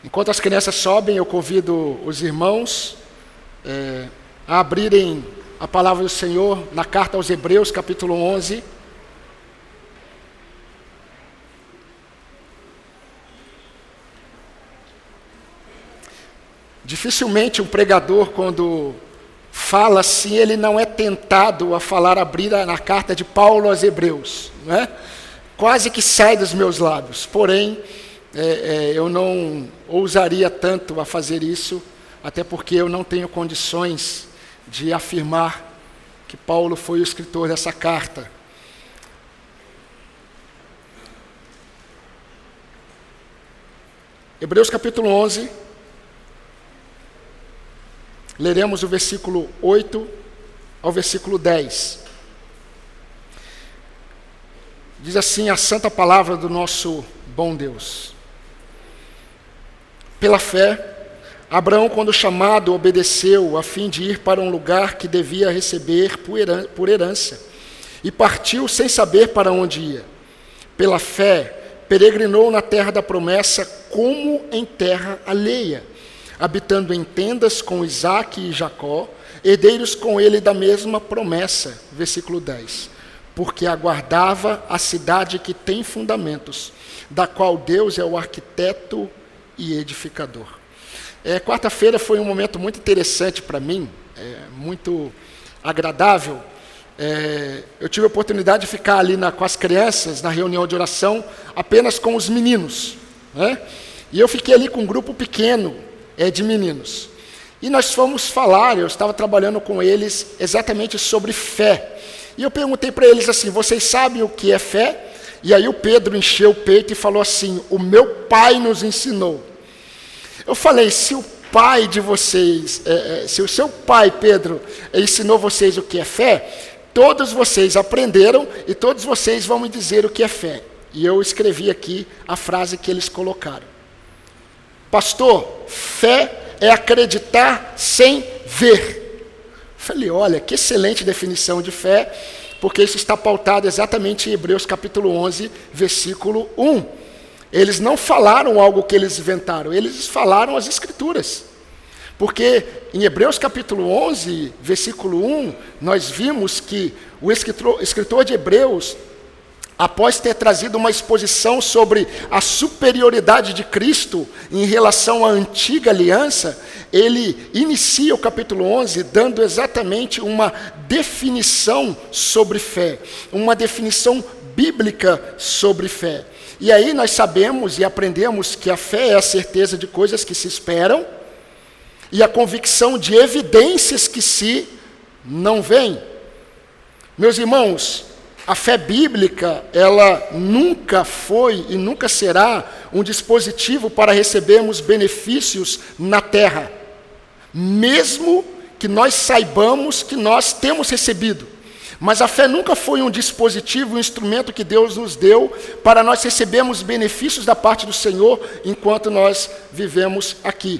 Enquanto as crianças sobem, eu convido os irmãos a abrirem a palavra do Senhor na carta aos Hebreus, capítulo 11. Dificilmente um pregador, quando fala assim, ele não é tentado a abrir na carta de Paulo aos Hebreus, não é? Quase que sai dos meus lábios, porém, eu não ousaria tanto a fazer isso, até porque eu não tenho condições de afirmar que Paulo foi o escritor dessa carta. Hebreus capítulo 11, leremos o versículo 8 ao versículo 10. Diz assim a santa palavra do nosso bom Deus. Pela fé, Abraão, quando chamado, obedeceu a fim de ir para um lugar que devia receber por herança, e partiu sem saber para onde ia. Pela fé, peregrinou na terra da promessa como em terra alheia, habitando em tendas com Isaque e Jacó, herdeiros com ele da mesma promessa. Versículo 10. Porque aguardava a cidade que tem fundamentos, da qual Deus é o arquiteto e edificador. Quarta-feira foi um momento muito interessante para mim, muito agradável. Eu tive a oportunidade de ficar ali com as crianças, na reunião de oração, apenas com os meninos, né? E eu fiquei ali com um grupo pequeno de meninos. E nós fomos falar, eu estava trabalhando com eles exatamente sobre fé. E eu perguntei para eles assim, vocês sabem o que é fé? E aí o Pedro encheu o peito e falou assim, o meu pai nos ensinou. Eu falei, se o pai de vocês, se o seu pai, Pedro, ensinou vocês o que é fé, todos vocês aprenderam e todos vocês vão me dizer o que é fé. E eu escrevi aqui a frase que eles colocaram. Pastor, fé é acreditar sem ver. Falei, olha, que excelente definição de fé, porque isso está pautado exatamente em Hebreus capítulo 11, versículo 1. Eles não falaram algo que eles inventaram, eles falaram as Escrituras. Porque em Hebreus capítulo 11, versículo 1, nós vimos que o escritor de Hebreus, após ter trazido uma exposição sobre a superioridade de Cristo em relação à antiga aliança, ele inicia o capítulo 11 dando exatamente uma definição sobre fé, uma definição bíblica sobre fé. E aí nós sabemos e aprendemos que a fé é a certeza de coisas que se esperam e a convicção de evidências que se não veem. Meus irmãos, a fé bíblica, ela nunca foi e nunca será um dispositivo para recebermos benefícios na terra, mesmo que nós saibamos que nós temos recebido. Mas a fé nunca foi um dispositivo, um instrumento que Deus nos deu para nós recebermos benefícios da parte do Senhor enquanto nós vivemos aqui.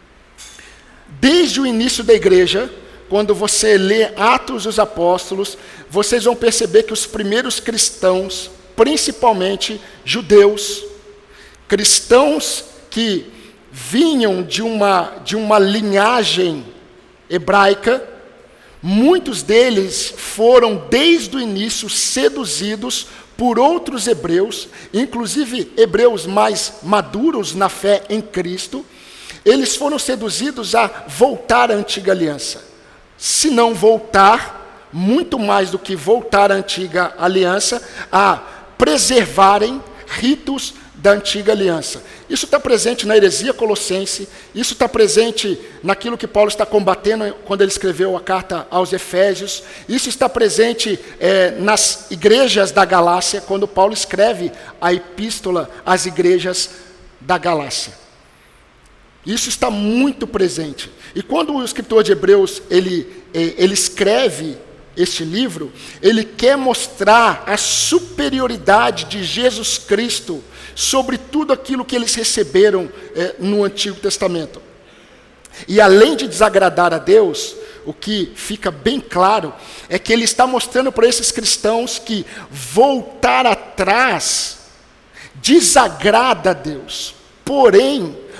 Desde o início da igreja, quando você lê Atos dos Apóstolos, vocês vão perceber que os primeiros cristãos, principalmente judeus, cristãos que vinham de uma linhagem hebraica, muitos deles foram desde o início seduzidos por outros hebreus, inclusive hebreus mais maduros na fé em Cristo. Eles foram seduzidos a voltar à antiga aliança. Se não voltar, muito mais do que voltar à antiga aliança, a preservarem ritos da antiga aliança. Isso está presente na heresia colossense, isso está presente naquilo que Paulo está combatendo quando ele escreveu a carta aos Efésios, isso está presente nas igrejas da Galácia, quando Paulo escreve a epístola às igrejas da Galácia. Isso está muito presente. E quando o escritor de Hebreus ele escreve este livro, ele quer mostrar a superioridade de Jesus Cristo sobre tudo aquilo que eles receberam no Antigo Testamento. E além de desagradar a Deus, o que fica bem claro é que ele está mostrando para esses cristãos que voltar atrás desagrada a Deus. Porém,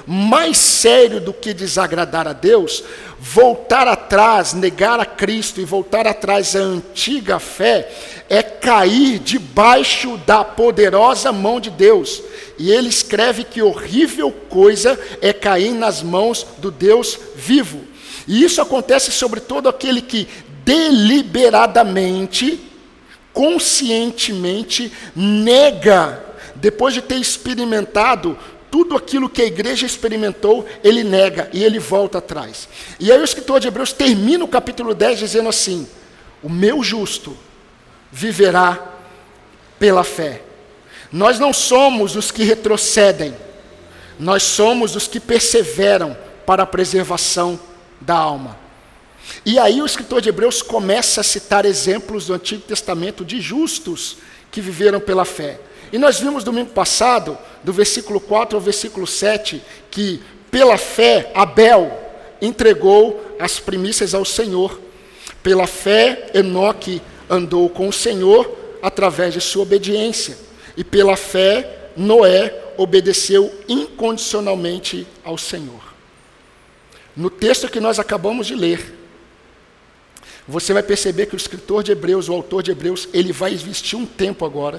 mais sério do que desagradar a Deus, voltar atrás, negar a Cristo e voltar atrás à antiga fé, é cair debaixo da poderosa mão de Deus. E ele escreve que horrível coisa é cair nas mãos do Deus vivo. E isso acontece sobre todo aquele que deliberadamente, conscientemente nega, depois de ter experimentado tudo aquilo que a igreja experimentou, ele nega e ele volta atrás. E aí o escritor de Hebreus termina o capítulo 10 dizendo assim: o meu justo viverá pela fé. Nós não somos os que retrocedem, nós somos os que perseveram para a preservação da alma. E aí o escritor de Hebreus começa a citar exemplos do Antigo Testamento de justos que viveram pela fé. E nós vimos domingo passado, do versículo 4 ao versículo 7, que pela fé Abel entregou as primícias ao Senhor. Pela fé Enoque andou com o Senhor através de sua obediência. E pela fé Noé obedeceu incondicionalmente ao Senhor. No texto que nós acabamos de ler, você vai perceber que o escritor de Hebreus, o autor de Hebreus, ele vai investir um tempo agora,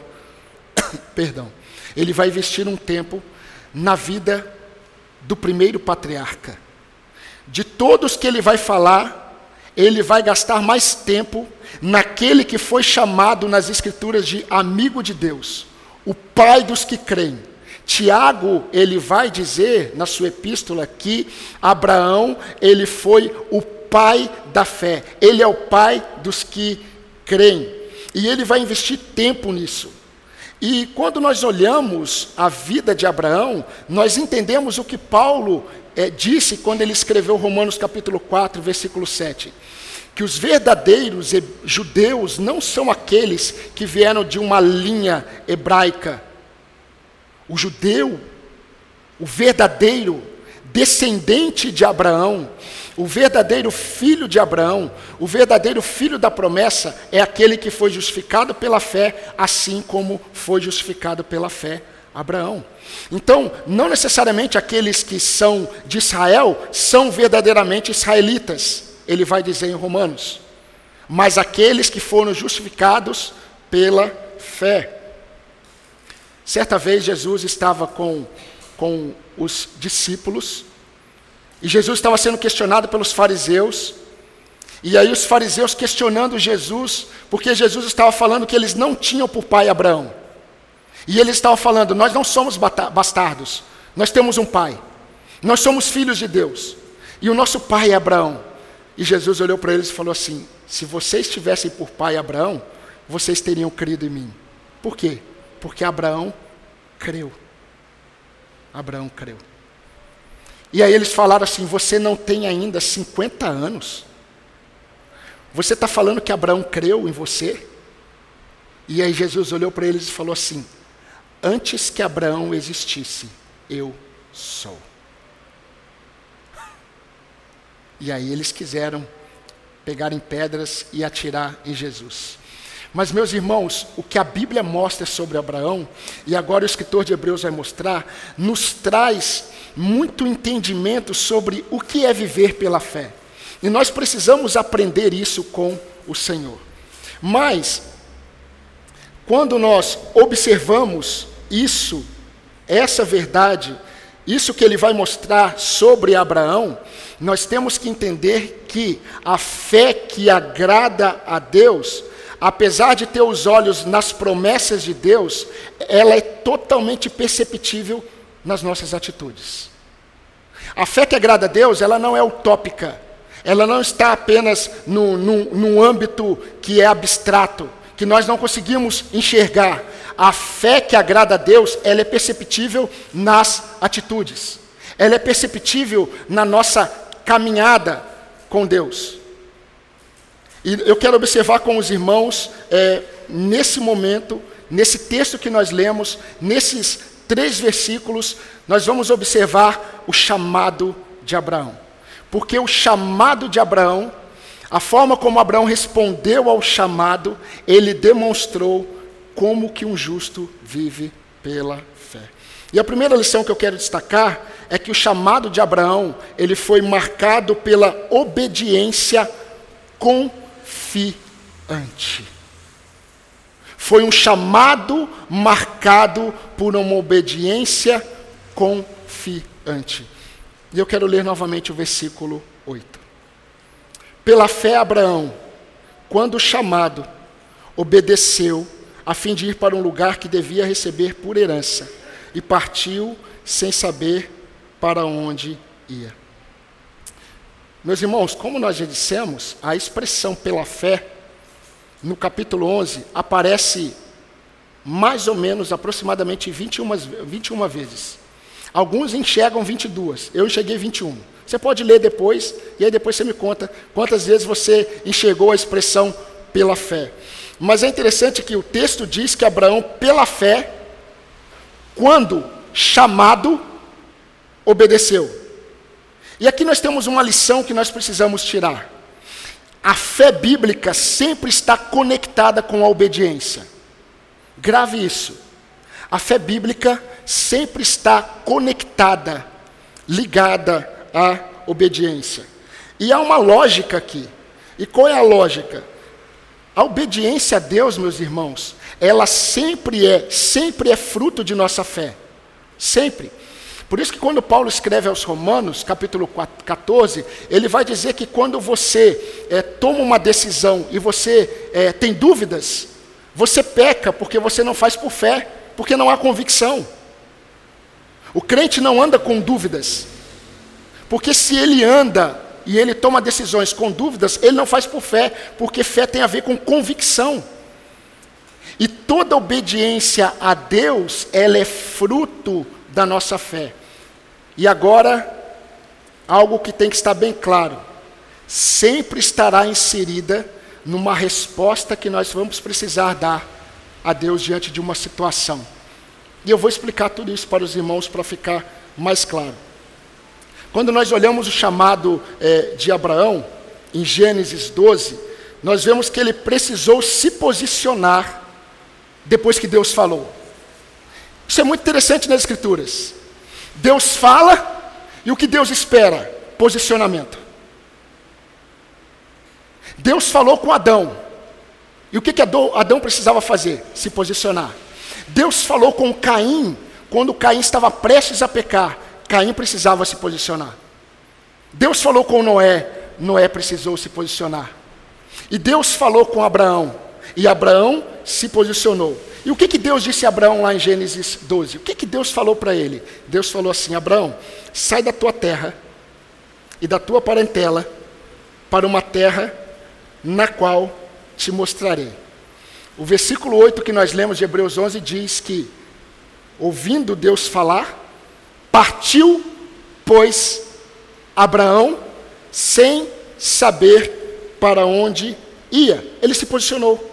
ele vai investir um tempo na vida do primeiro patriarca. De todos que ele vai falar, ele vai gastar mais tempo naquele que foi chamado nas escrituras de amigo de Deus, o pai dos que creem. Tiago, ele vai dizer na sua epístola que Abraão, ele foi o pai da fé. Ele é o pai dos que creem. E ele vai investir tempo nisso. E quando nós olhamos a vida de Abraão, nós entendemos o que Paulo disse quando ele escreveu Romanos capítulo 4, versículo 7. Que os verdadeiros judeus não são aqueles que vieram de uma linha hebraica. O judeu, o verdadeiro descendente de Abraão, o verdadeiro filho de Abraão, o verdadeiro filho da promessa, é aquele que foi justificado pela fé, assim como foi justificado pela fé Abraão. Então, não necessariamente aqueles que são de Israel são verdadeiramente israelitas, ele vai dizer em Romanos, mas aqueles que foram justificados pela fé. Certa vez Jesus estava com os discípulos, e Jesus estava sendo questionado pelos fariseus, e aí os fariseus questionando Jesus, porque Jesus estava falando que eles não tinham por pai Abraão, e eles estavam falando: nós não somos bastardos, nós temos um pai, nós somos filhos de Deus, e o nosso pai é Abraão. E Jesus olhou para eles e falou assim: se vocês tivessem por pai Abraão, vocês teriam crido em mim. Por quê? Porque Abraão creu. Abraão creu. E aí eles falaram assim: você não tem ainda 50 anos? Você está falando que Abraão creu em você? E aí Jesus olhou para eles e falou assim: antes que Abraão existisse, eu sou. E aí eles quiseram pegar em pedras e atirar em Jesus. Mas, meus irmãos, o que a Bíblia mostra sobre Abraão, e agora o escritor de Hebreus vai mostrar, nos traz muito entendimento sobre o que é viver pela fé. E nós precisamos aprender isso com o Senhor. Mas, quando nós observamos isso, essa verdade, isso que ele vai mostrar sobre Abraão, nós temos que entender que a fé que agrada a Deus, apesar de ter os olhos nas promessas de Deus, ela é totalmente perceptível nas nossas atitudes. A fé que agrada a Deus, ela não é utópica, ela não está apenas num âmbito que é abstrato, que nós não conseguimos enxergar. A fé que agrada a Deus, ela é perceptível nas atitudes, ela é perceptível na nossa caminhada com Deus. E eu quero observar com os irmãos, nesse momento, nesse texto que nós lemos, nesses 3 versículos, nós vamos observar o chamado de Abraão. Porque o chamado de Abraão, a forma como Abraão respondeu ao chamado, ele demonstrou como que um justo vive pela fé. E a primeira lição que eu quero destacar é que o chamado de Abraão, ele foi marcado pela obediência confiante. Foi um chamado marcado por uma obediência confiante. E eu quero ler novamente o versículo 8. Pela fé, Abraão, quando chamado, obedeceu, a fim de ir para um lugar que devia receber por herança, e partiu sem saber para onde ia. Meus irmãos, como nós já dissemos, a expressão pela fé, no capítulo 11, aparece mais ou menos, aproximadamente 21 vezes. Alguns enxergam 22, eu enxerguei 21. Você pode ler depois, e aí depois você me conta quantas vezes você enxergou a expressão pela fé. Mas é interessante que o texto diz que Abraão, pela fé, quando chamado, obedeceu. E aqui nós temos uma lição que nós precisamos tirar. A fé bíblica sempre está conectada com a obediência. Grave isso. A fé bíblica sempre está conectada, ligada à obediência. E há uma lógica aqui. E qual é a lógica? A obediência a Deus, meus irmãos, ela sempre é fruto de nossa fé. Sempre. Por isso que quando Paulo escreve aos Romanos, capítulo 14, ele vai dizer que quando você toma uma decisão e você tem dúvidas, você peca porque você não faz por fé, porque não há convicção. O crente não anda com dúvidas, porque se ele anda e ele toma decisões com dúvidas, ele não faz por fé, porque fé tem a ver com convicção. E toda obediência a Deus, ela é fruto da nossa fé. E agora, algo que tem que estar bem claro, sempre estará inserida numa resposta que nós vamos precisar dar a Deus diante de uma situação. E eu vou explicar tudo isso para os irmãos para ficar mais claro. Quando nós olhamos o chamado de Abraão, em Gênesis 12, nós vemos que ele precisou se posicionar depois que Deus falou. Isso é muito interessante nas Escrituras. Deus fala, e o que Deus espera? Posicionamento. Deus falou com Adão, e o que Adão precisava fazer? Se posicionar. Deus falou com Caim, quando Caim estava prestes a pecar, Caim precisava se posicionar. Deus falou com Noé, Noé precisou se posicionar. E Deus falou com Abraão, e Abraão se posicionou. E o que Deus disse a Abraão lá em Gênesis 12? O que Deus falou para ele? Deus falou assim: Abraão, sai da tua terra e da tua parentela para uma terra na qual te mostrarei. O versículo 8 que nós lemos de Hebreus 11 diz que, ouvindo Deus falar, partiu, pois, Abraão, sem saber para onde ia. Ele se posicionou.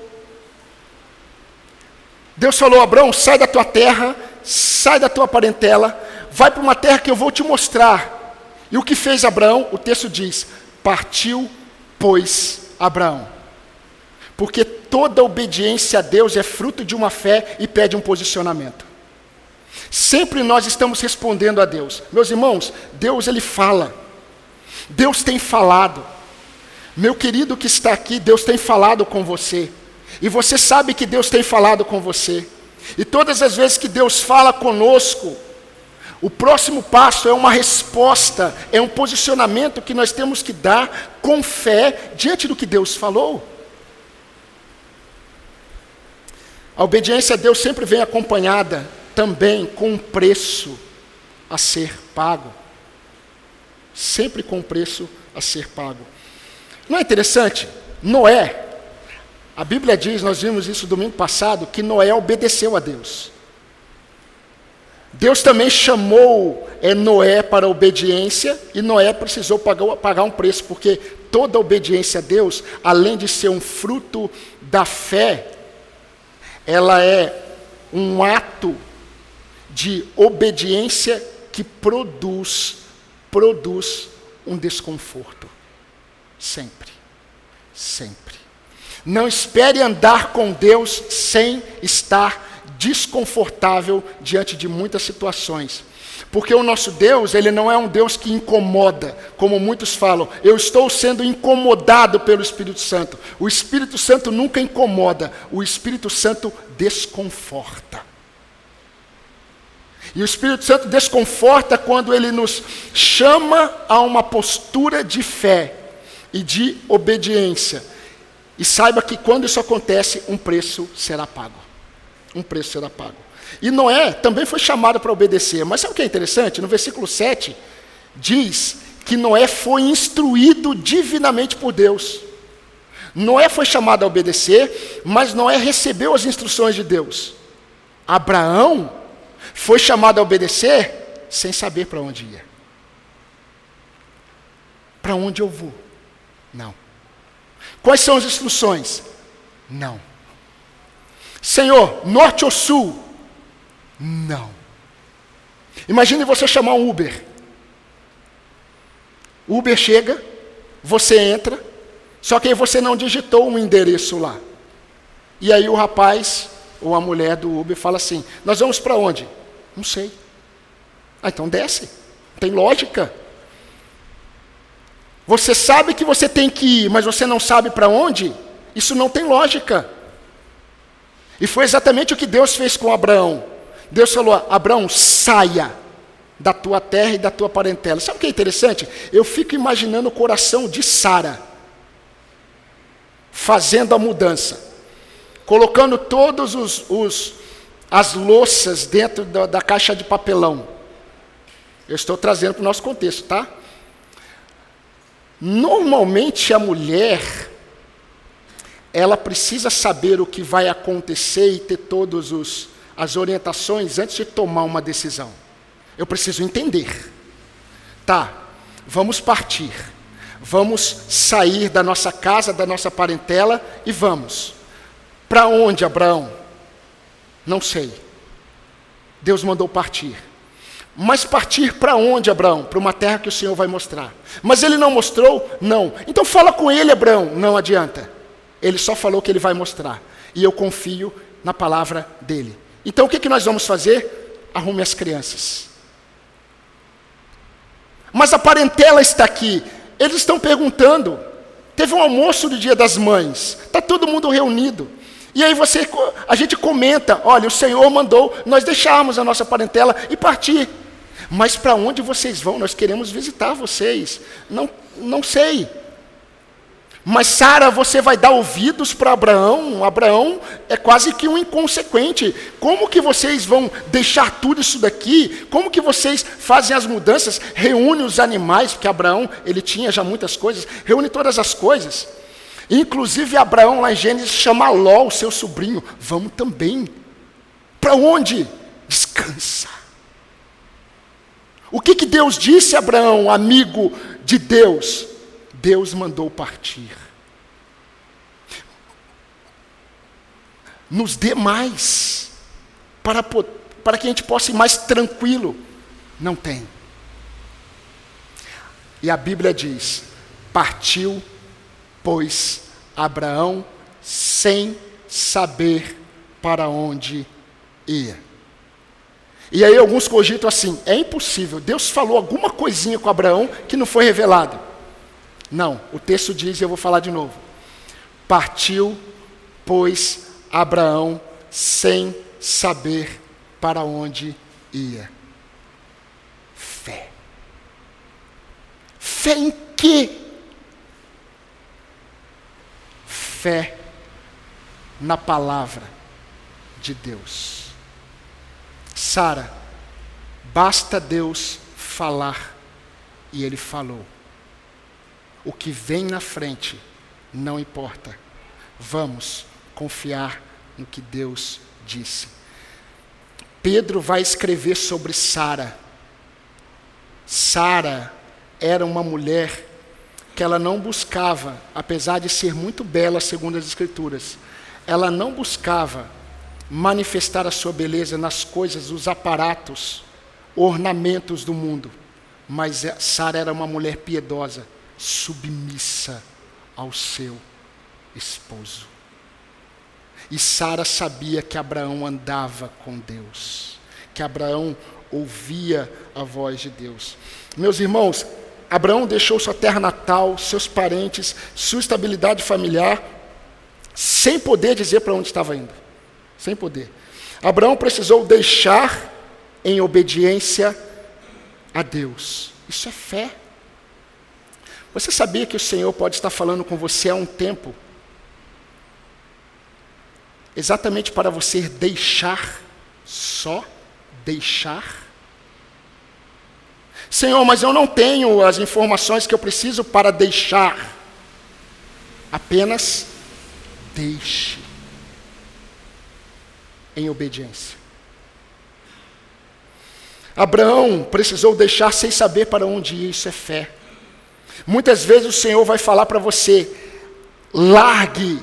Deus falou: Abraão, sai da tua terra, sai da tua parentela, vai para uma terra que eu vou te mostrar. E o que fez Abraão? O texto diz: partiu, pois, Abraão. Porque toda obediência a Deus é fruto de uma fé e pede um posicionamento. Sempre nós estamos respondendo a Deus. Meus irmãos, Deus ele fala. Deus tem falado. Meu querido que está aqui, Deus tem falado com você. E você sabe que Deus tem falado com você. E todas as vezes que Deus fala conosco, o próximo passo é uma resposta, é um posicionamento que nós temos que dar com fé diante do que Deus falou. A obediência a Deus sempre vem acompanhada também com um preço a ser pago. Sempre com um preço a ser pago. Não é interessante? Noé, a Bíblia diz, nós vimos isso domingo passado, que Noé obedeceu a Deus. Deus também chamou Noé para a obediência, e Noé precisou pagar um preço, porque toda obediência a Deus, além de ser um fruto da fé, ela é um ato de obediência que produz um desconforto. Sempre. Sempre. Não espere andar com Deus sem estar desconfortável diante de muitas situações. Porque o nosso Deus, ele não é um Deus que incomoda, como muitos falam. Eu estou sendo incomodado pelo Espírito Santo. O Espírito Santo nunca incomoda, o Espírito Santo desconforta. E o Espírito Santo desconforta quando ele nos chama a uma postura de fé e de obediência. E saiba que quando isso acontece, um preço será pago. Um preço será pago. E Noé também foi chamado para obedecer. Mas sabe o que é interessante? No versículo 7, diz que Noé foi instruído divinamente por Deus. Noé foi chamado a obedecer, mas Noé recebeu as instruções de Deus. Abraão foi chamado a obedecer sem saber para onde ia. Para onde eu vou? Não. Quais são as instruções? Não. Senhor, norte ou sul? Não. Imagine você chamar um Uber. O Uber chega, você entra, só que aí você não digitou um endereço lá. E aí o rapaz ou a mulher do Uber fala assim: nós vamos para onde? Não sei. Ah, então desce. Não tem lógica. Você sabe que você tem que ir, mas você não sabe para onde? Isso não tem lógica. E foi exatamente o que Deus fez com Abraão. Deus falou: Abraão, saia da tua terra e da tua parentela. Sabe o que é interessante? Eu fico imaginando o coração de Sara fazendo a mudança, colocando todos as louças dentro da caixa de papelão. Eu estou trazendo para o nosso contexto, tá? Normalmente a mulher, ela precisa saber o que vai acontecer e ter todas as orientações antes de tomar uma decisão. Eu preciso entender. Tá, vamos partir. Vamos sair da nossa casa, da nossa parentela e vamos. Para onde, Abraão? Não sei. Deus mandou partir. Mas partir para onde, Abraão? Para uma terra que o Senhor vai mostrar. Mas ele não mostrou? Não. Então fala com ele, Abraão. Não adianta. Ele só falou que ele vai mostrar. E eu confio na palavra dele. Então o que nós vamos fazer? Arrume as crianças. Mas a parentela está aqui. Eles estão perguntando. Teve um almoço do Dia das Mães. Está todo mundo reunido. E aí a gente comenta: olha, o Senhor mandou nós deixarmos a nossa parentela e partir. Mas para onde vocês vão? Nós queremos visitar vocês. Não sei. Mas Sara, você vai dar ouvidos para Abraão? Abraão é quase que um inconsequente. Como que vocês vão deixar tudo isso daqui? Como que vocês fazem as mudanças? Reúne os animais, porque Abraão, ele tinha já muitas coisas. Reúne todas as coisas. Inclusive Abraão, lá em Gênesis, chama Ló, o seu sobrinho. Vamos também. Para onde? Descansa. O que Deus disse a Abraão, amigo de Deus? Deus mandou partir. Nos dê mais, para que a gente possa ir mais tranquilo. Não tem. E a Bíblia diz: partiu, pois, Abraão sem saber para onde ia. E aí alguns cogitam assim: é impossível, Deus falou alguma coisinha com Abraão que não foi revelado. Não, o texto diz, e eu vou falar de novo: partiu, pois, Abraão sem saber para onde ia. Fé. Fé em quê? Fé na palavra de Deus. Sara, basta Deus falar, e ele falou. O que vem na frente não importa. Vamos confiar no que Deus disse. Pedro vai escrever sobre Sara. Sara era uma mulher que ela não buscava, apesar de ser muito bela segundo as Escrituras, ela não buscava manifestar a sua beleza nas coisas, os aparatos, ornamentos do mundo. Mas Sara era uma mulher piedosa, submissa ao seu esposo. E Sara sabia que Abraão andava com Deus, que Abraão ouvia a voz de Deus. Meus irmãos, Abraão deixou sua terra natal, seus parentes, sua estabilidade familiar, sem poder dizer para onde estava indo. Sem poder. Abraão precisou deixar em obediência a Deus. Isso é fé. Você sabia que o Senhor pode estar falando com você há um tempo, exatamente para você deixar, só deixar? Senhor, mas eu não tenho as informações que eu preciso para deixar. Apenas deixe em obediência. Abraão precisou deixar sem saber para onde ir, isso é fé. Muitas vezes o Senhor vai falar para você, largue,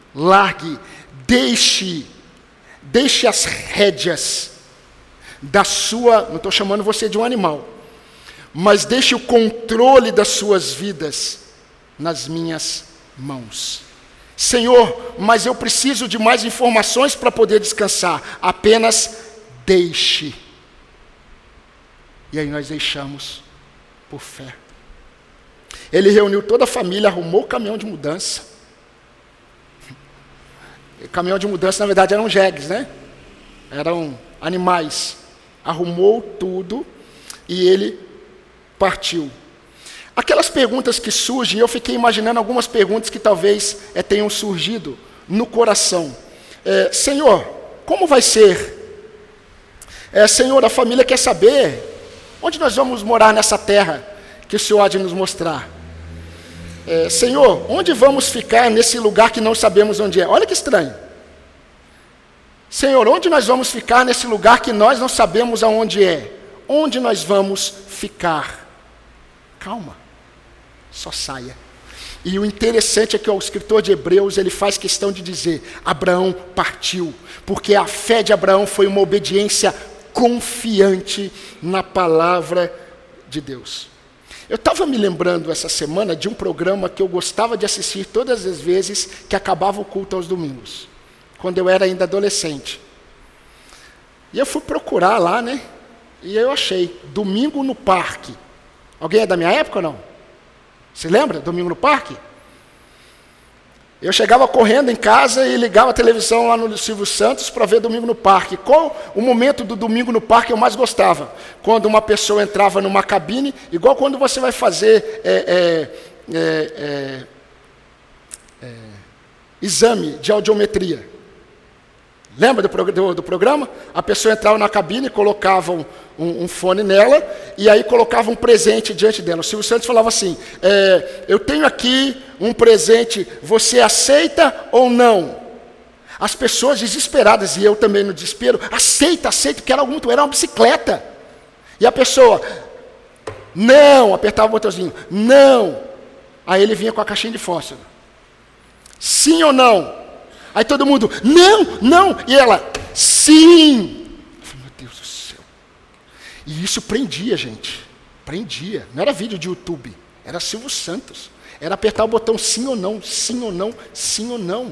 deixe as rédeas da sua, não estou chamando você de um animal, mas deixe o controle das suas vidas nas minhas mãos. Senhor, mas eu preciso de mais informações para poder descansar. Apenas deixe. E aí nós deixamos por fé. Ele reuniu toda a família, arrumou o caminhão de mudança. O caminhão de mudança, na verdade, eram jegues, né? Eram animais. Arrumou tudo e ele partiu. Aquelas perguntas que surgem, eu fiquei imaginando algumas perguntas que talvez tenham surgido no coração. Senhor, como vai ser? Senhor, a família quer saber onde nós vamos morar nessa terra que o Senhor há de nos mostrar. Senhor, onde vamos ficar nesse lugar que não sabemos onde é? Olha que estranho. Senhor, onde nós vamos ficar nesse lugar que nós não sabemos aonde é? Onde nós vamos ficar? Calma, só saia. E o interessante é que o escritor de Hebreus, ele faz questão de dizer, Abraão partiu, porque a fé de Abraão foi uma obediência confiante na palavra de Deus. Eu estava me lembrando essa semana de um programa que eu gostava de assistir todas as vezes que acabava o culto aos domingos, quando eu era ainda adolescente. E eu fui procurar lá, né? E eu achei, Domingo no Parque. Alguém é da minha época ou não? Você lembra? Domingo no Parque? Eu chegava correndo em casa e ligava a televisão lá no Silvio Santos para ver Domingo no Parque. Qual o momento do Domingo no Parque eu mais gostava? Quando uma pessoa entrava numa cabine, igual quando você vai fazer exame de audiometria. Lembra do programa? A pessoa entrava na cabine, colocava um fone nela, e aí colocava um presente diante dela. O Silvio Santos falava assim, eu tenho aqui um presente, você aceita ou não? As pessoas desesperadas, e eu também no desespero, aceita, porque era uma bicicleta. E a pessoa, não, apertava o botãozinho, não. Aí ele vinha com a caixinha de fósforo. Sim ou não? Aí todo mundo, não, e ela, sim. Eu falei, meu Deus do céu. E isso prendia, gente, não era vídeo de YouTube, era Silvio Santos, era apertar o botão sim ou não, sim ou não, sim ou não.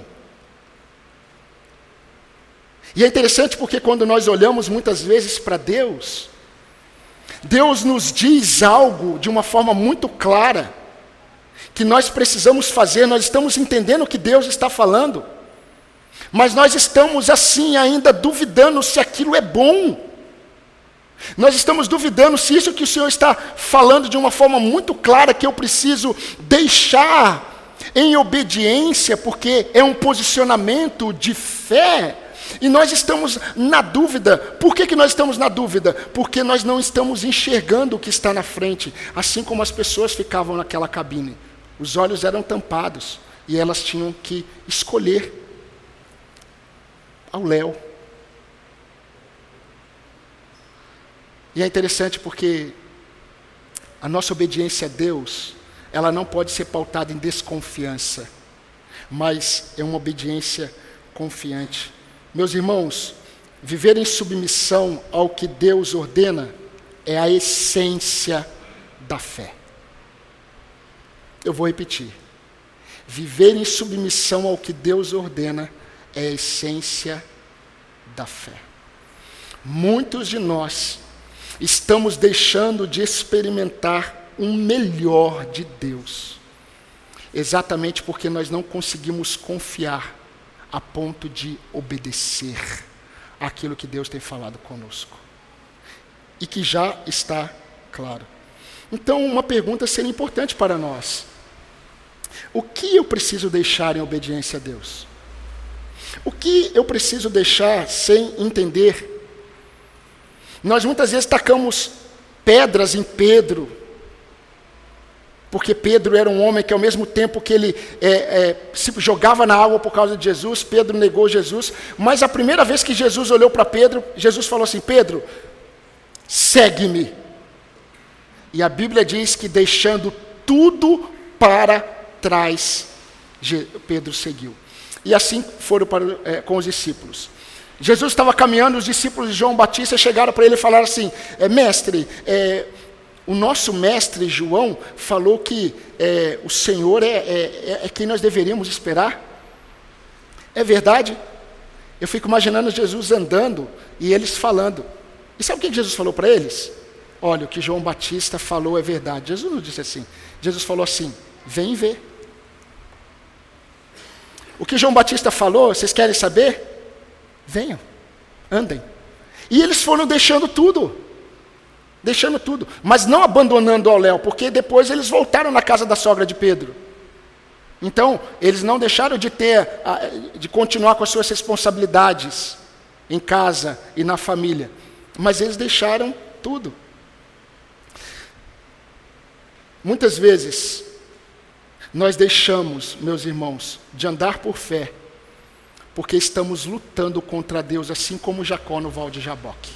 E é interessante porque quando nós olhamos muitas vezes para Deus, Deus nos diz algo de uma forma muito clara, que nós precisamos fazer, nós estamos entendendo o que Deus está falando, mas nós estamos assim ainda duvidando se aquilo é bom. Nós estamos duvidando se isso que o Senhor está falando de uma forma muito clara, que eu preciso deixar em obediência, porque é um posicionamento de fé, e nós estamos na dúvida. Por que nós estamos na dúvida? Porque nós não estamos enxergando o que está na frente, assim como as pessoas ficavam naquela cabine. Os olhos eram tampados, e elas tinham que escolher ao léu. E é interessante porque a nossa obediência a Deus, ela não pode ser pautada em desconfiança, mas é uma obediência confiante. Meus irmãos, viver em submissão ao que Deus ordena é a essência da fé. Eu vou repetir. Viver em submissão ao que Deus ordena é a essência da fé. Muitos de nós estamos deixando de experimentar um melhor de Deus, exatamente porque nós não conseguimos confiar a ponto de obedecer aquilo que Deus tem falado conosco. E que já está claro. Então, uma pergunta seria importante para nós. O que eu preciso deixar em obediência a Deus? O que eu preciso deixar sem entender? Nós muitas vezes tacamos pedras em Pedro, porque Pedro era um homem que ao mesmo tempo que ele se jogava na água por causa de Jesus, Pedro negou Jesus, mas a primeira vez que Jesus olhou para Pedro, Jesus falou assim: Pedro, segue-me. E a Bíblia diz que deixando tudo para trás, Pedro seguiu. E assim foram com os discípulos. Jesus estava caminhando, os discípulos de João Batista chegaram para ele e falaram assim: mestre, o nosso mestre João falou que o Senhor é quem nós deveríamos esperar. É verdade? Eu fico imaginando Jesus andando e eles falando. E sabe o que Jesus falou para eles? Olha, o que João Batista falou é verdade. Jesus não disse assim. Jesus falou assim: vem ver. O que João Batista falou, vocês querem saber? Venham, andem. E eles foram deixando tudo, mas não abandonando ao léu, porque depois eles voltaram na casa da sogra de Pedro. Então, eles não deixaram de continuar com as suas responsabilidades em casa e na família, mas eles deixaram tudo. Muitas vezes, nós deixamos, meus irmãos, de andar por fé, porque estamos lutando contra Deus, assim como Jacó no Val de Jaboque.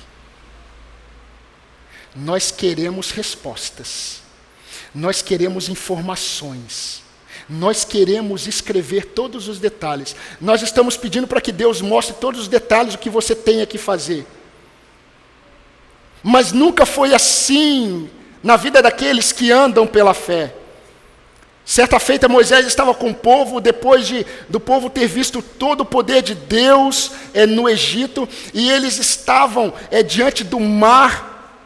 Nós queremos respostas, nós queremos informações, nós queremos escrever todos os detalhes. Nós estamos pedindo para que Deus mostre todos os detalhes do que você tem que fazer. Mas nunca foi assim na vida daqueles que andam pela fé. Certa feita Moisés estava com o povo, depois do povo ter visto todo o poder de Deus no Egito, e eles estavam diante do mar.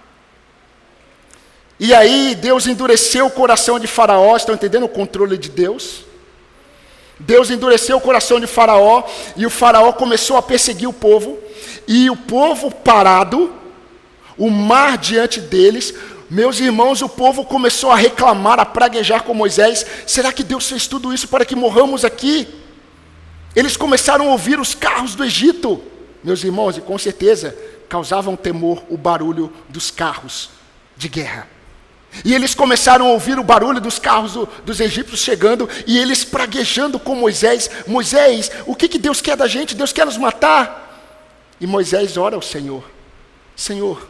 E aí Deus endureceu o coração de Faraó. Estão entendendo o controle de Deus? Deus endureceu o coração de Faraó, e o Faraó começou a perseguir o povo, e o povo parado, o mar diante deles. Meus irmãos, o povo começou a reclamar, a praguejar com Moisés: será que Deus fez tudo isso para que morramos aqui? Eles começaram a ouvir os carros do Egito, meus irmãos, e com certeza causavam temor o barulho dos carros de guerra. E eles começaram a ouvir o barulho dos carros dos egípcios chegando, e eles praguejando com Moisés: Moisés, o que Deus quer da gente? Deus quer nos matar. E Moisés ora ao Senhor: Senhor,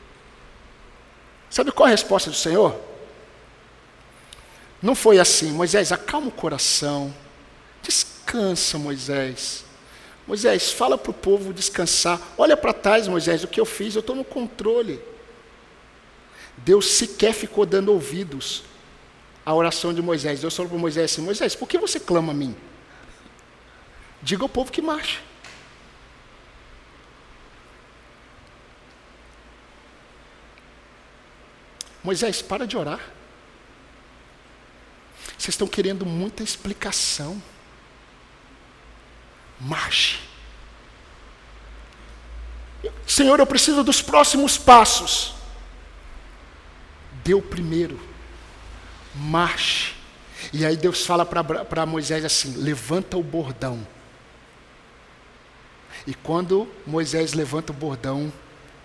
sabe qual a resposta do Senhor? Não foi assim: Moisés, acalma o coração, descansa, Moisés. Moisés, fala para o povo descansar. Olha para trás, Moisés, o que eu fiz, eu estou no controle. Deus sequer ficou dando ouvidos à oração de Moisés. Deus falou para Moisés assim: Moisés, por que você clama a mim? Diga ao povo que marche. Moisés, para de orar. Vocês estão querendo muita explicação. Marche. Senhor, eu preciso dos próximos passos. Dê o primeiro. Marche. E aí Deus fala para Moisés assim: levanta o bordão. E quando Moisés levanta o bordão,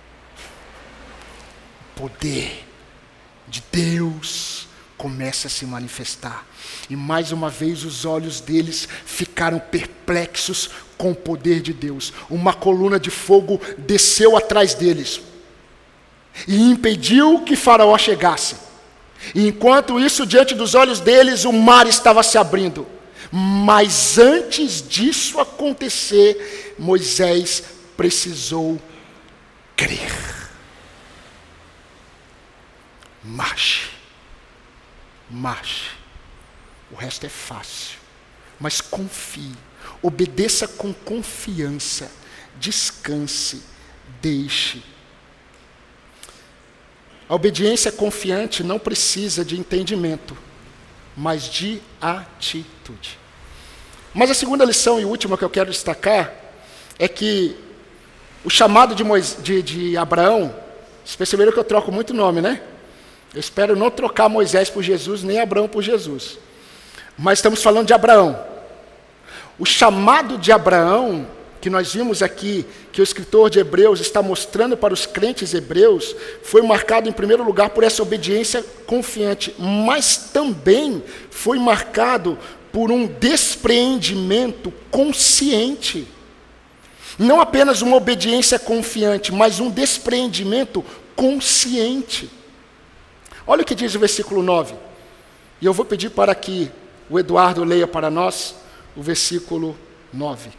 o poder de Deus começa a se manifestar. E mais uma vez os olhos deles ficaram perplexos com o poder de Deus. Uma coluna de fogo desceu atrás deles e impediu que Faraó chegasse. E enquanto isso, diante dos olhos deles, o mar estava se abrindo. Mas antes disso acontecer, Moisés precisou crer. Marche. O resto é fácil. Mas confie, obedeça com confiança, descanse, deixe. A obediência confiante não precisa de entendimento, mas de atitude. Mas a segunda lição e última que eu quero destacar é que o chamado de Abraão, vocês perceberam que eu troco muito nome, né? Eu espero não trocar Moisés por Jesus, nem Abraão por Jesus. Mas estamos falando de Abraão. O chamado de Abraão, que nós vimos aqui, que o escritor de Hebreus está mostrando para os crentes hebreus, foi marcado em primeiro lugar por essa obediência confiante, mas também foi marcado por um despreendimento consciente. Não apenas uma obediência confiante, mas um despreendimento consciente. Olha o que diz o versículo 9. E eu vou pedir para que o Eduardo leia para nós o versículo 9.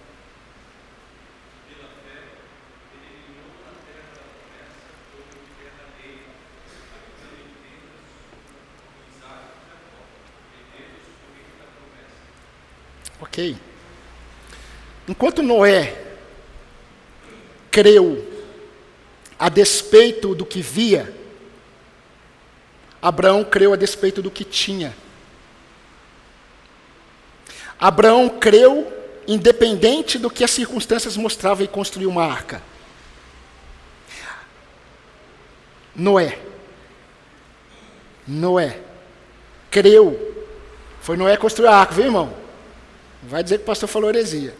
Ok. Enquanto Noé creu a despeito do que via, Abraão creu a despeito do que tinha. Abraão creu independente do que as circunstâncias mostravam e construiu uma arca. Noé creu. Foi Noé que construiu a arca, viu, irmão? Não vai dizer que o pastor falou heresia.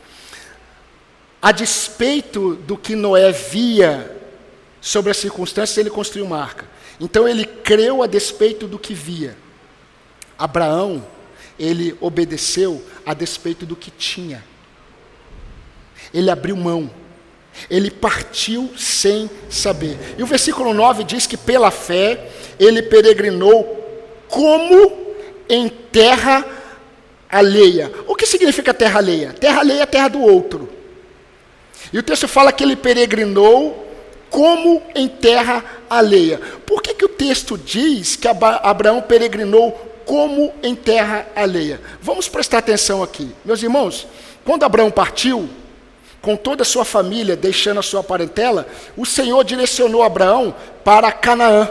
A despeito do que Noé via sobre as circunstâncias, ele construiu uma arca. Então ele creu a despeito do que via. Abraão, ele obedeceu a despeito do que tinha. Ele abriu mão. Ele partiu sem saber. E o versículo 9 diz que pela fé ele peregrinou como em terra alheia. O que significa terra alheia? Terra alheia é a terra do outro. E o texto fala que ele peregrinou como em terra alheia. Por que o texto diz que Abraão peregrinou como em terra alheia? Vamos prestar atenção aqui. Meus irmãos, quando Abraão partiu, com toda a sua família, deixando a sua parentela, o Senhor direcionou Abraão para Canaã,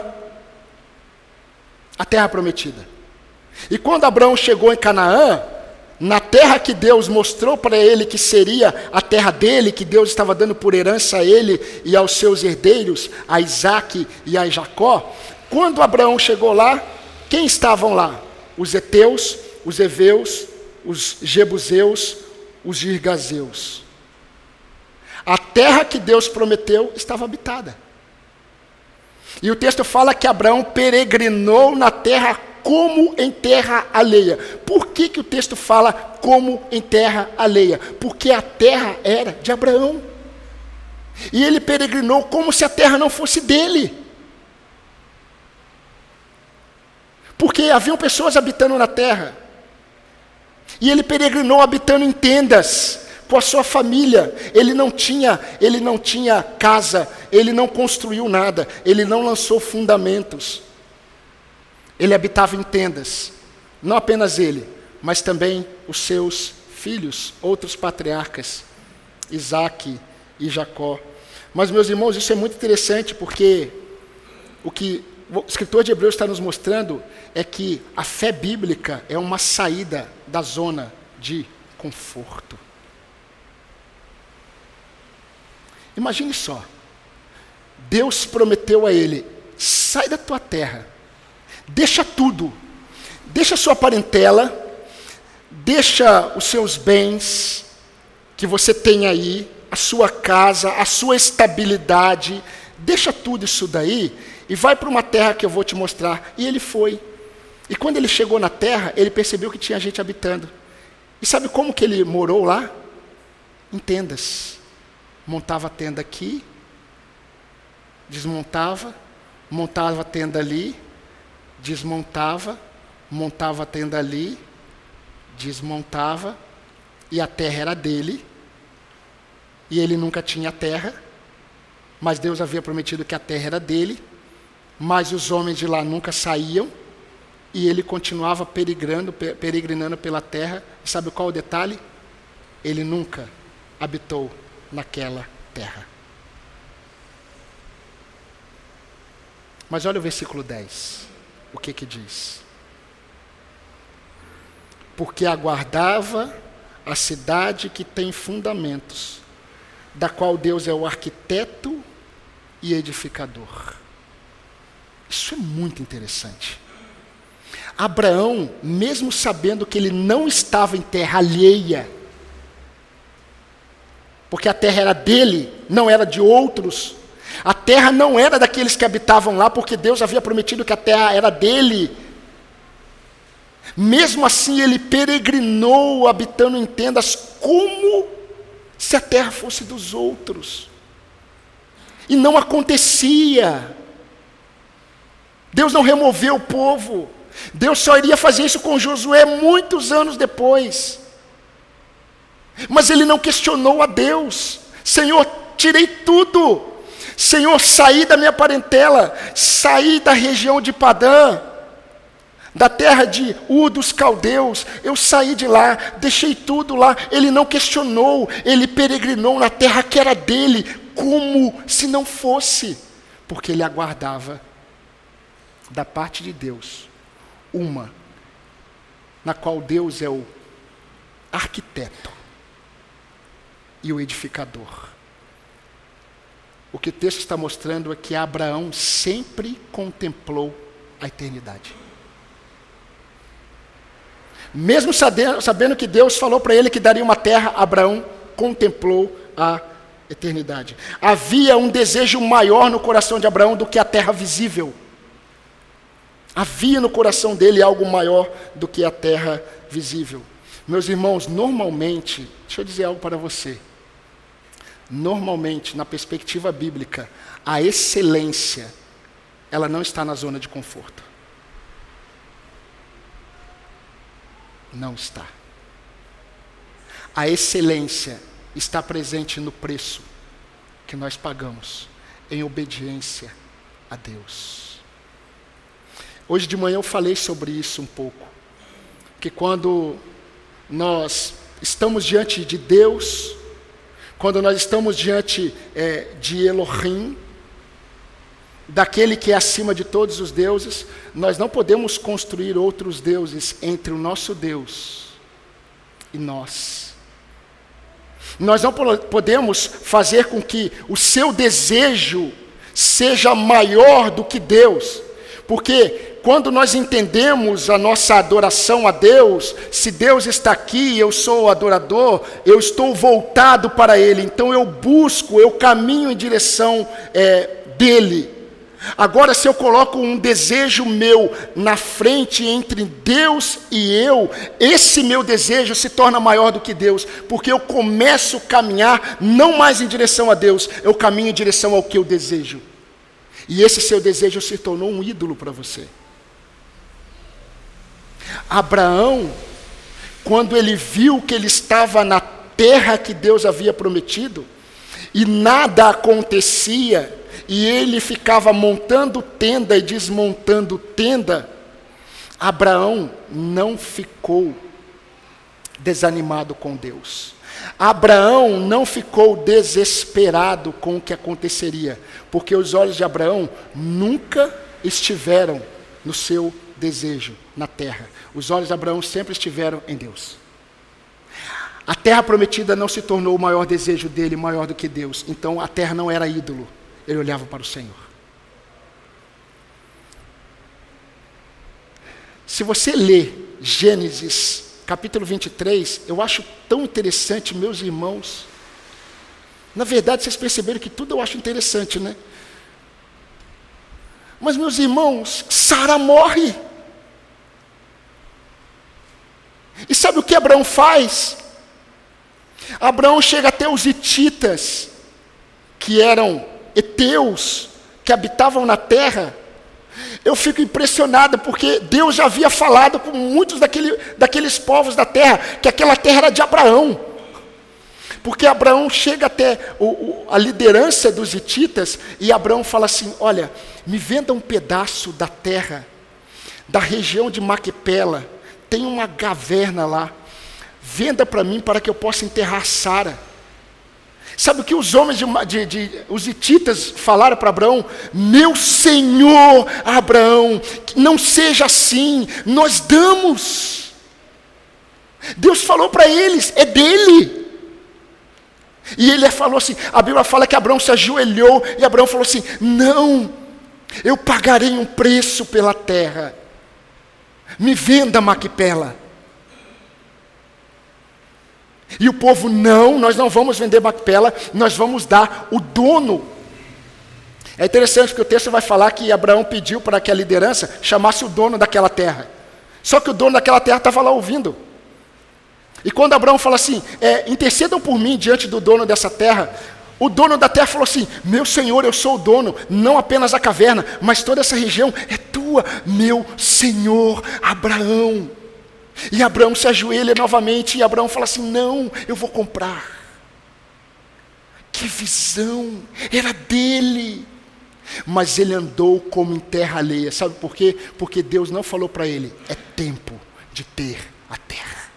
a terra prometida. E quando Abraão chegou em Canaã, na terra que Deus mostrou para ele que seria a terra dele, que Deus estava dando por herança a ele e aos seus herdeiros, a Isaque e a Jacó, quando Abraão chegou lá, quem estavam lá? Os heteus, os heveus, os jebuseus, os girgazeus. A terra que Deus prometeu estava habitada. E o texto fala que Abraão peregrinou na terra como em terra alheia. Por que o texto fala como em terra alheia? Porque a terra era de Abraão. E ele peregrinou como se a terra não fosse dele. Porque haviam pessoas habitando na terra. E ele peregrinou habitando em tendas com a sua família. Ele não tinha casa, ele não construiu nada, ele não lançou fundamentos. Ele habitava em tendas, não apenas ele, mas também os seus filhos, outros patriarcas, Isaque e Jacó. Mas, meus irmãos, isso é muito interessante, porque o que o escritor de Hebreus está nos mostrando é que a fé bíblica é uma saída da zona de conforto. Imagine só, Deus prometeu a ele, sai da tua terra, deixa tudo, deixa a sua parentela, deixa os seus bens que você tem aí, a sua casa, a sua estabilidade, deixa tudo isso daí e vai para uma terra que eu vou te mostrar. E ele foi. E quando ele chegou na terra, ele percebeu que tinha gente habitando. E sabe como que ele morou lá? Em tendas. Montava a tenda aqui, desmontava, montava a tenda ali, desmontava, montava a tenda ali, desmontava, e a terra era dele, e ele nunca tinha terra, mas Deus havia prometido que a terra era dele, mas os homens de lá nunca saíam, E ele continuava peregrinando pela terra. E sabe qual o detalhe? Ele nunca habitou naquela terra. Mas olha o versículo 10. O que diz? Porque aguardava a cidade que tem fundamentos, da qual Deus é o arquiteto e edificador. Isso é muito interessante. Abraão, mesmo sabendo que ele não estava em terra alheia, porque a terra era dele, não era de outros, a terra não era daqueles que habitavam lá, porque Deus havia prometido que a terra era dele. Mesmo assim, ele peregrinou habitando em tendas, como se a terra fosse dos outros. E não acontecia. Deus não removeu o povo. Deus só iria fazer isso com Josué muitos anos depois. Mas ele não questionou a Deus. Senhor, tirei tudo. Senhor, saí da minha parentela, saí da região de Padã, da terra de Ur dos caldeus, eu saí de lá, deixei tudo lá. Ele não questionou, ele peregrinou na terra que era dele, como se não fosse, porque ele aguardava da parte de Deus, uma, na qual Deus é o arquiteto e o edificador. O que o texto está mostrando é que Abraão sempre contemplou a eternidade. Mesmo sabendo que Deus falou para ele que daria uma terra, Abraão contemplou a eternidade. Havia um desejo maior no coração de Abraão do que a terra visível. Havia no coração dele algo maior do que a terra visível. Meus irmãos, normalmente, deixa eu dizer algo para você. Normalmente, na perspectiva bíblica, a excelência, ela não está na zona de conforto. Não está. A excelência está presente no preço que nós pagamos em obediência a Deus. Hoje de manhã eu falei sobre isso um pouco, que quando nós estamos diante de Deus, quando nós estamos diante de Elohim, daquele que é acima de todos os deuses, nós não podemos construir outros deuses entre o nosso Deus e nós. Nós não podemos fazer com que o seu desejo seja maior do que Deus, porque quando nós entendemos a nossa adoração a Deus, se Deus está aqui, eu sou o adorador, eu estou voltado para Ele, então eu busco, eu caminho em direção dEle. Agora, se eu coloco um desejo meu na frente entre Deus e eu, esse meu desejo se torna maior do que Deus, porque eu começo a caminhar não mais em direção a Deus, eu caminho em direção ao que eu desejo. E esse seu desejo se tornou um ídolo para você. Abraão, quando ele viu que ele estava na terra que Deus havia prometido, e nada acontecia, e ele ficava montando tenda e desmontando tenda, Abraão não ficou desanimado com Deus. Abraão não ficou desesperado com o que aconteceria, porque os olhos de Abraão nunca estiveram no seu desejo, na terra. Os olhos de Abraão sempre estiveram em Deus. A terra prometida não se tornou o maior desejo dele, maior do que Deus. Então a terra não era ídolo. Ele olhava para o Senhor. Se você lê Gênesis, capítulo 23, eu acho tão interessante, meus irmãos. Na verdade, vocês perceberam que tudo eu acho interessante, né? Mas, meus irmãos, Sara morre. E sabe o que Abraão faz? Abraão chega até os hititas, que eram heteus, que habitavam na terra. Eu fico impressionado, porque Deus já havia falado com muitos daqueles povos da terra, que aquela terra era de Abraão. Porque Abraão chega até a liderança dos hititas, e Abraão fala assim: olha, me venda um pedaço da terra da região de Maquipela, tem uma caverna lá. Venda para mim para que eu possa enterrar Sara. Sabe o que os homens os hititas falaram para Abraão? Meu senhor Abraão, não seja assim, nós damos. Deus falou para eles, é dele. E ele falou assim, a Bíblia fala que Abraão se ajoelhou, e Abraão falou assim, não, eu pagarei um preço pela terra. Me venda Maquipela. E o povo, não, nós não vamos vender Macpela, nós vamos dar o dono. É interessante que o texto vai falar que Abraão pediu para que a liderança chamasse o dono daquela terra. Só que o dono daquela terra estava lá ouvindo. E quando Abraão fala assim, intercedam por mim diante do dono dessa terra, o dono da terra falou assim, meu senhor, eu sou o dono, não apenas a caverna, mas toda essa região é tua, meu senhor Abraão. E Abraão se ajoelha novamente, e Abraão fala assim, não, eu vou comprar. Que visão, era dele. Mas ele andou como em terra alheia, sabe por quê? Porque Deus não falou para ele, é tempo de ter a terra.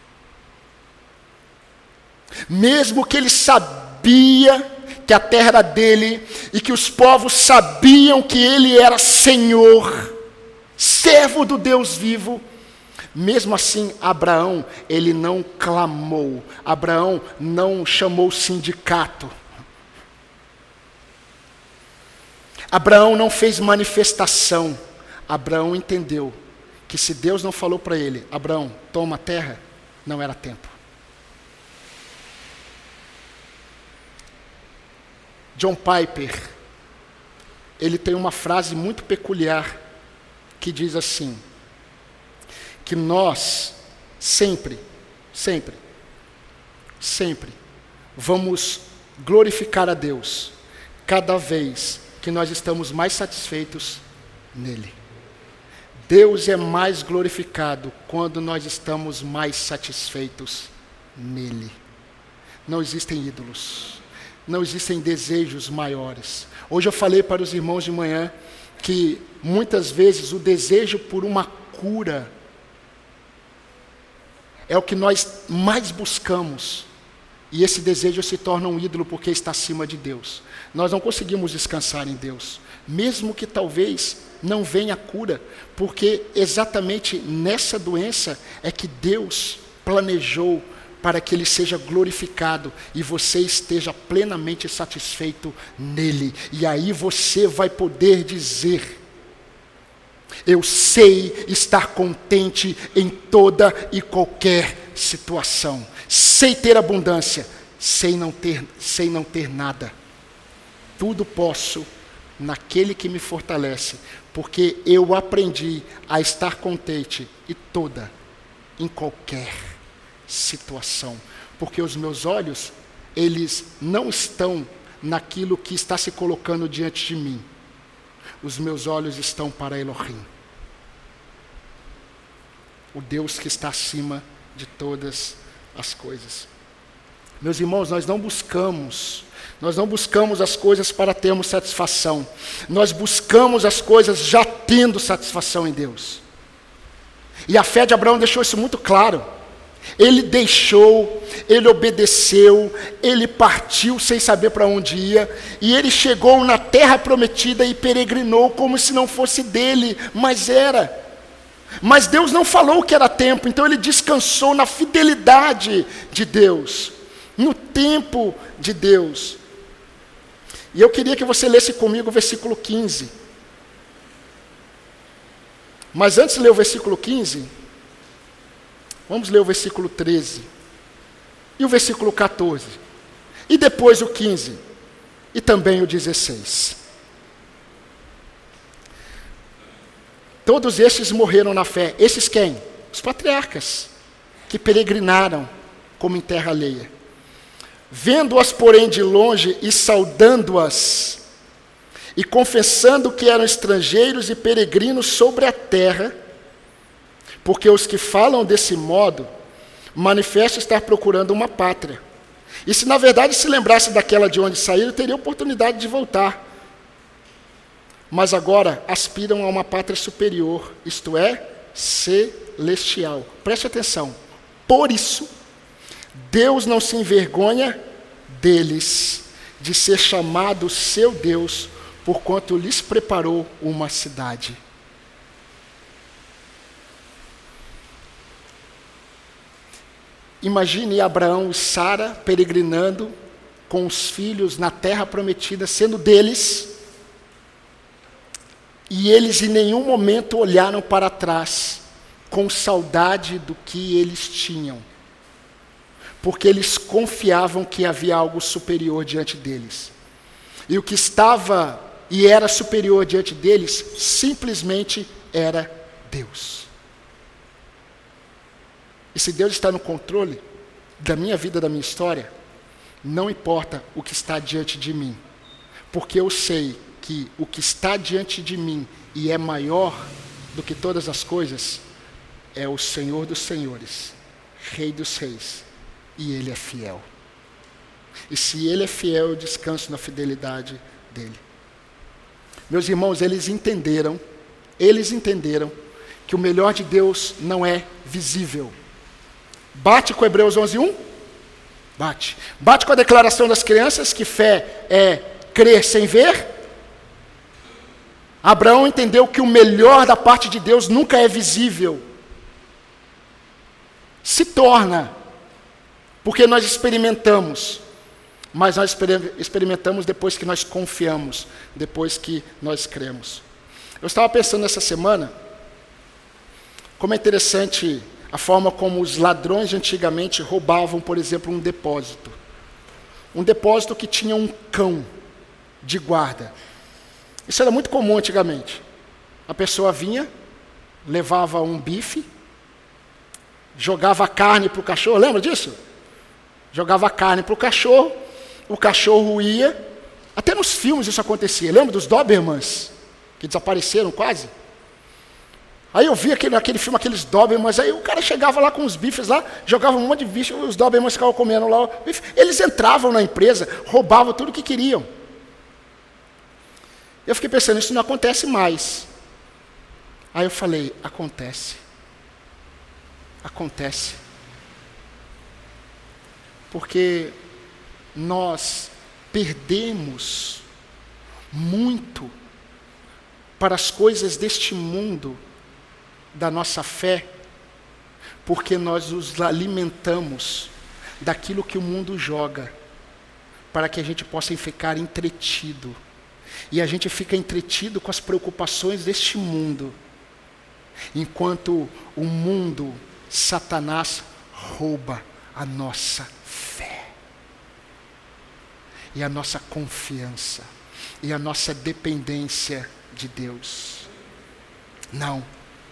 Mesmo que ele sabia que a terra era dele, e que os povos sabiam que ele era Senhor, servo do Deus vivo, mesmo assim, Abraão, ele não clamou. Abraão não chamou o sindicato. Abraão não fez manifestação. Abraão entendeu que se Deus não falou para ele, Abraão, toma a terra, não era tempo. John Piper, ele tem uma frase muito peculiar que diz assim, que nós sempre vamos glorificar a Deus cada vez que nós estamos mais satisfeitos nele. Deus é mais glorificado quando nós estamos mais satisfeitos nele. Não existem ídolos, não existem desejos maiores. Hoje eu falei para os irmãos de manhã que muitas vezes o desejo por uma cura é o que nós mais buscamos. E esse desejo se torna um ídolo porque está acima de Deus. Nós não conseguimos descansar em Deus, mesmo que talvez não venha a cura, porque exatamente nessa doença é que Deus planejou para que Ele seja glorificado e você esteja plenamente satisfeito nele. E aí você vai poder dizer, eu sei estar contente em toda e qualquer situação. Sei ter abundância, sei não ter nada. Tudo posso naquele que me fortalece, porque eu aprendi a estar contente em qualquer situação. Porque os meus olhos, eles não estão naquilo que está se colocando diante de mim. Os meus olhos estão para Elohim, o Deus que está acima de todas as coisas. Meus irmãos, nós não buscamos as coisas para termos satisfação. Nós buscamos as coisas já tendo satisfação em Deus. E a fé de Abraão deixou isso muito claro. Ele deixou, ele obedeceu, ele partiu sem saber para onde ia, e ele chegou na terra prometida e peregrinou como se não fosse dele, mas era. Mas Deus não falou que era tempo, então ele descansou na fidelidade de Deus, no tempo de Deus. E eu queria que você lesse comigo o versículo 15. Mas antes de ler o versículo 15, vamos ler o versículo 13, e o versículo 14, e depois o 15, e também o 16. Todos estes morreram na fé. Esses quem? Os patriarcas, que peregrinaram como em terra alheia. Vendo-as, porém, de longe e saudando-as, e confessando que eram estrangeiros e peregrinos sobre a terra, porque os que falam desse modo manifestam estar procurando uma pátria. E se na verdade se lembrasse daquela de onde saíram, teria oportunidade de voltar. Mas agora aspiram a uma pátria superior, isto é, celestial. Preste atenção. Por isso, Deus não se envergonha deles, de ser chamado seu Deus, porquanto lhes preparou uma cidade. Imagine Abraão e Sara peregrinando com os filhos na terra prometida, sendo deles, e eles em nenhum momento olharam para trás com saudade do que eles tinham, porque eles confiavam que havia algo superior diante deles. E o que estava e era superior diante deles, simplesmente era Deus. E se Deus está no controle da minha vida, da minha história, não importa o que está diante de mim, porque eu sei que o que está diante de mim e é maior do que todas as coisas, é o Senhor dos senhores, Rei dos reis, e Ele é fiel. E se Ele é fiel, eu descanso na fidelidade dEle. Meus irmãos, eles entenderam que o melhor de Deus não é visível. Bate com Hebreus 11:1? Bate. Bate com a declaração das crianças que fé é crer sem ver? Abraão entendeu que o melhor da parte de Deus nunca é visível. Se torna, porque nós experimentamos, mas nós experimentamos depois que nós confiamos, depois que nós cremos. Eu estava pensando essa semana, como é interessante a forma como os ladrões de antigamente roubavam, por exemplo, um depósito. Um depósito que tinha um cão de guarda. Isso era muito comum antigamente. A pessoa vinha, levava um bife, jogava carne para o cachorro, lembra disso? Jogava carne para o cachorro ia. Até nos filmes isso acontecia. Lembra dos Dobermans, que desapareceram quase? Aí eu vi naquele filme aqueles Dobermans, aí o cara chegava lá com os bifes lá, jogava um monte de bicho, os Dobermans ficavam comendo lá o bife. Eles entravam na empresa, roubavam tudo o que queriam. Eu fiquei pensando, isso não acontece mais. Aí eu falei, acontece. Acontece. Porque nós perdemos muito para as coisas deste mundo da nossa fé, porque nós nos alimentamos daquilo que o mundo joga, para que a gente possa ficar entretido. E a gente fica entretido com as preocupações deste mundo, enquanto o mundo, Satanás, rouba a nossa fé, e a nossa confiança, e a nossa dependência de Deus. Não.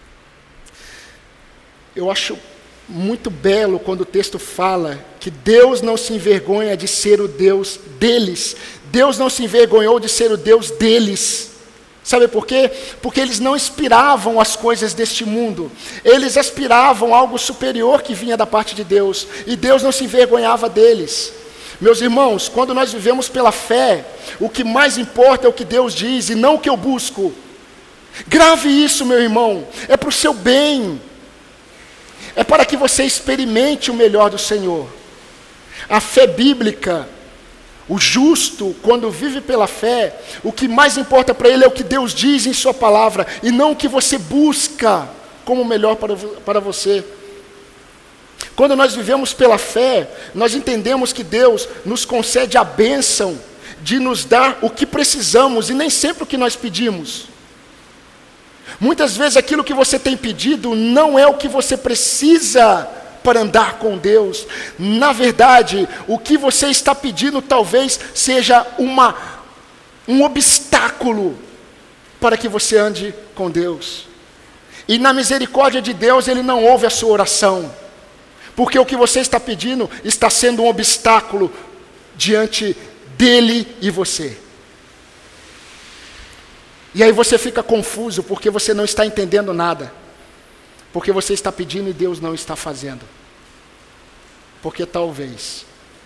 Eu acho muito belo quando o texto fala que Deus não se envergonha de ser o Deus deles. Deus não se envergonhou de ser o Deus deles. Sabe por quê? Porque eles não aspiravam às coisas deste mundo. Eles aspiravam a algo superior que vinha da parte de Deus. E Deus não se envergonhava deles. Meus irmãos, quando nós vivemos pela fé, o que mais importa é o que Deus diz e não o que eu busco. Grave isso, meu irmão. É para o seu bem. É para que você experimente o melhor do Senhor. A fé bíblica, o justo, quando vive pela fé, o que mais importa para ele é o que Deus diz em sua palavra, e não o que você busca como melhor para você. Quando nós vivemos pela fé, nós entendemos que Deus nos concede a bênção de nos dar o que precisamos, e nem sempre o que nós pedimos. Muitas vezes aquilo que você tem pedido não é o que você precisa para andar com Deus. Na verdade, o que você está pedindo talvez seja um obstáculo para que você ande com Deus. E na misericórdia de Deus, Ele não ouve a sua oração, porque o que você está pedindo está sendo um obstáculo diante dEle e você. E aí você fica confuso, porque você não está entendendo nada. Porque você está pedindo e Deus não está fazendo. Porque talvez,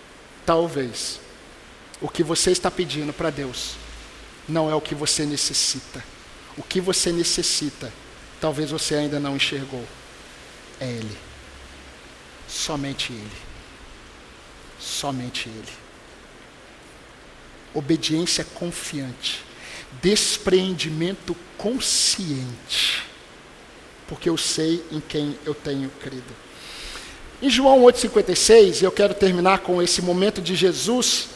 o que você está pedindo para Deus, não é o que você necessita. O que você necessita, talvez você ainda não enxergou. É Ele. Somente Ele. Somente Ele. Obediência confiante. Despreendimento consciente. Porque eu sei em quem eu tenho crido. Em João 8,56, eu quero terminar com esse momento de Jesus.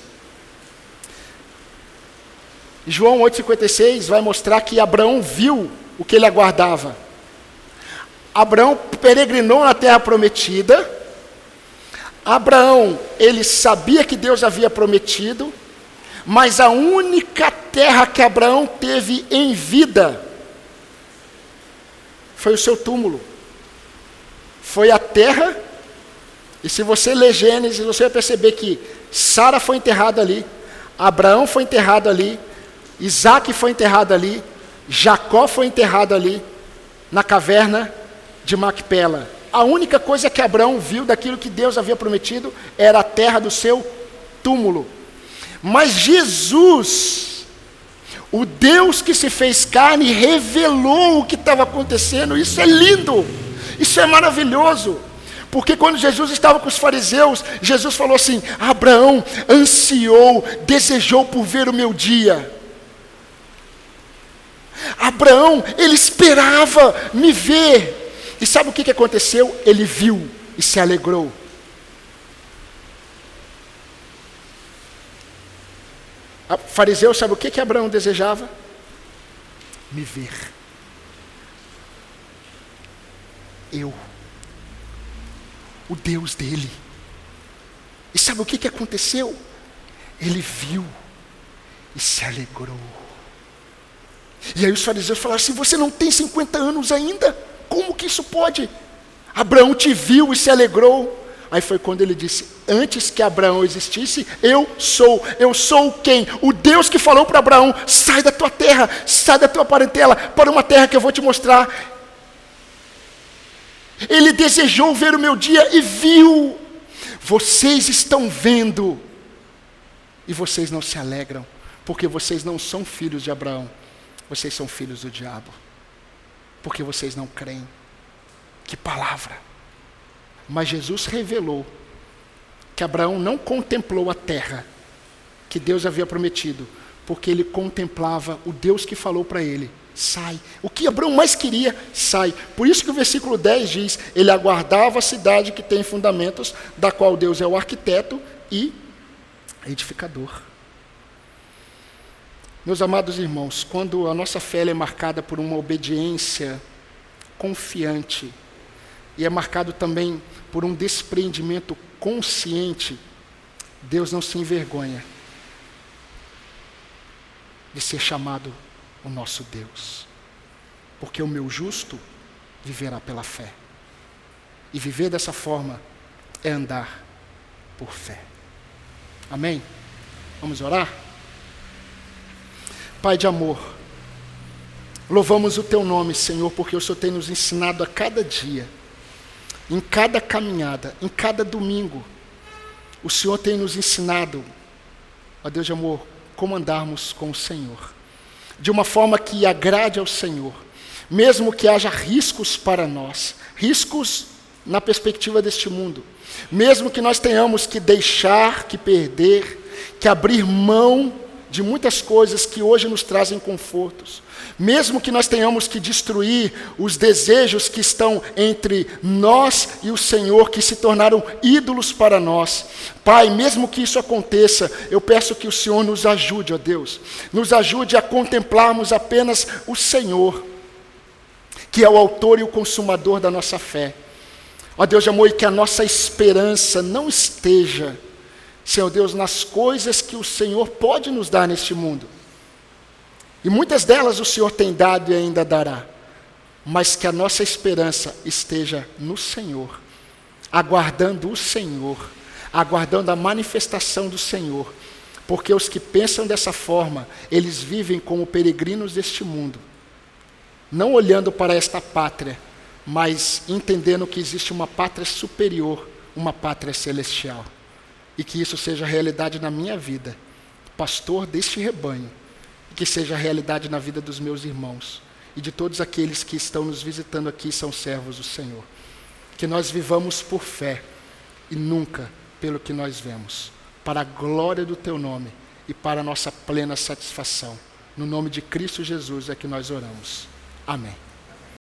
João 8,56 vai mostrar que Abraão viu o que ele aguardava. Abraão peregrinou na terra prometida. Abraão, ele sabia que Deus havia prometido, mas a única terra que Abraão teve em vida foi o seu túmulo. Foi a terra, e se você ler Gênesis, você vai perceber que Sara foi enterrada ali, Abraão foi enterrado ali, Isaac foi enterrado ali, Jacó foi enterrado ali, na caverna de Macpela. A única coisa que Abraão viu daquilo que Deus havia prometido era a terra do seu túmulo. Mas Jesus, o Deus que se fez carne, revelou o que estava acontecendo. Isso é lindo, isso é maravilhoso. Porque quando Jesus estava com os fariseus, Jesus falou assim: Abraão ansiou, desejou por ver o meu dia. Abraão, ele esperava me ver. E sabe o que aconteceu? Ele viu e se alegrou. O fariseu, sabe o que Abraão desejava? Me ver. Eu, o Deus dele. E sabe o que aconteceu? Ele viu e se alegrou. E aí os fariseus falaram assim: você não tem 50 anos ainda? Como que isso pode? Abraão te viu e se alegrou. Aí foi quando ele disse: antes que Abraão existisse, eu sou. Eu sou quem? O Deus que falou para Abraão: sai da tua terra, sai da tua parentela, para uma terra que eu vou te mostrar. Ele desejou ver o meu dia e viu. Vocês estão vendo e vocês não se alegram, porque vocês não são filhos de Abraão, vocês são filhos do diabo, porque vocês não creem. Que palavra! Mas Jesus revelou que Abraão não contemplou a terra que Deus havia prometido, porque ele contemplava o Deus que falou para ele: sai. O que Abraão mais queria, sai. Por isso que o versículo 10 diz: ele aguardava a cidade que tem fundamentos, da qual Deus é o arquiteto e edificador. Meus amados irmãos, quando a nossa fé é marcada por uma obediência confiante, e é marcado também por um despreendimento consciente, Deus não se envergonha de ser chamado o nosso Deus, porque o meu justo viverá pela fé, e viver dessa forma é andar por fé. Amém? Vamos orar? Pai de amor, louvamos o teu nome, Senhor, porque o Senhor tem nos ensinado a cada dia, em cada caminhada, em cada domingo. O Senhor tem nos ensinado, ó Deus de amor, como andarmos com o Senhor, de uma forma que agrade ao Senhor, mesmo que haja riscos para nós, riscos na perspectiva deste mundo, mesmo que nós tenhamos que deixar, que perder, que abrir mão de muitas coisas que hoje nos trazem confortos, mesmo que nós tenhamos que destruir os desejos que estão entre nós e o Senhor, que se tornaram ídolos para nós. Pai, mesmo que isso aconteça, eu peço que o Senhor nos ajude, ó Deus, nos ajude a contemplarmos apenas o Senhor, que é o autor e o consumador da nossa fé. Ó Deus de amor, e que a nossa esperança não esteja, Senhor Deus, nas coisas que o Senhor pode nos dar neste mundo. E muitas delas o Senhor tem dado e ainda dará. Mas que a nossa esperança esteja no Senhor, aguardando o Senhor, aguardando a manifestação do Senhor. Porque os que pensam dessa forma, eles vivem como peregrinos deste mundo, não olhando para esta pátria, mas entendendo que existe uma pátria superior, uma pátria celestial. E que isso seja realidade na minha vida, pastor deste rebanho, e que seja realidade na vida dos meus irmãos. e de todos aqueles que estão nos visitando aqui, são servos do Senhor. Que nós vivamos por fé e nunca pelo que nós vemos, para a glória do teu nome e para a nossa plena satisfação. No nome de Cristo Jesus é que nós oramos. Amém.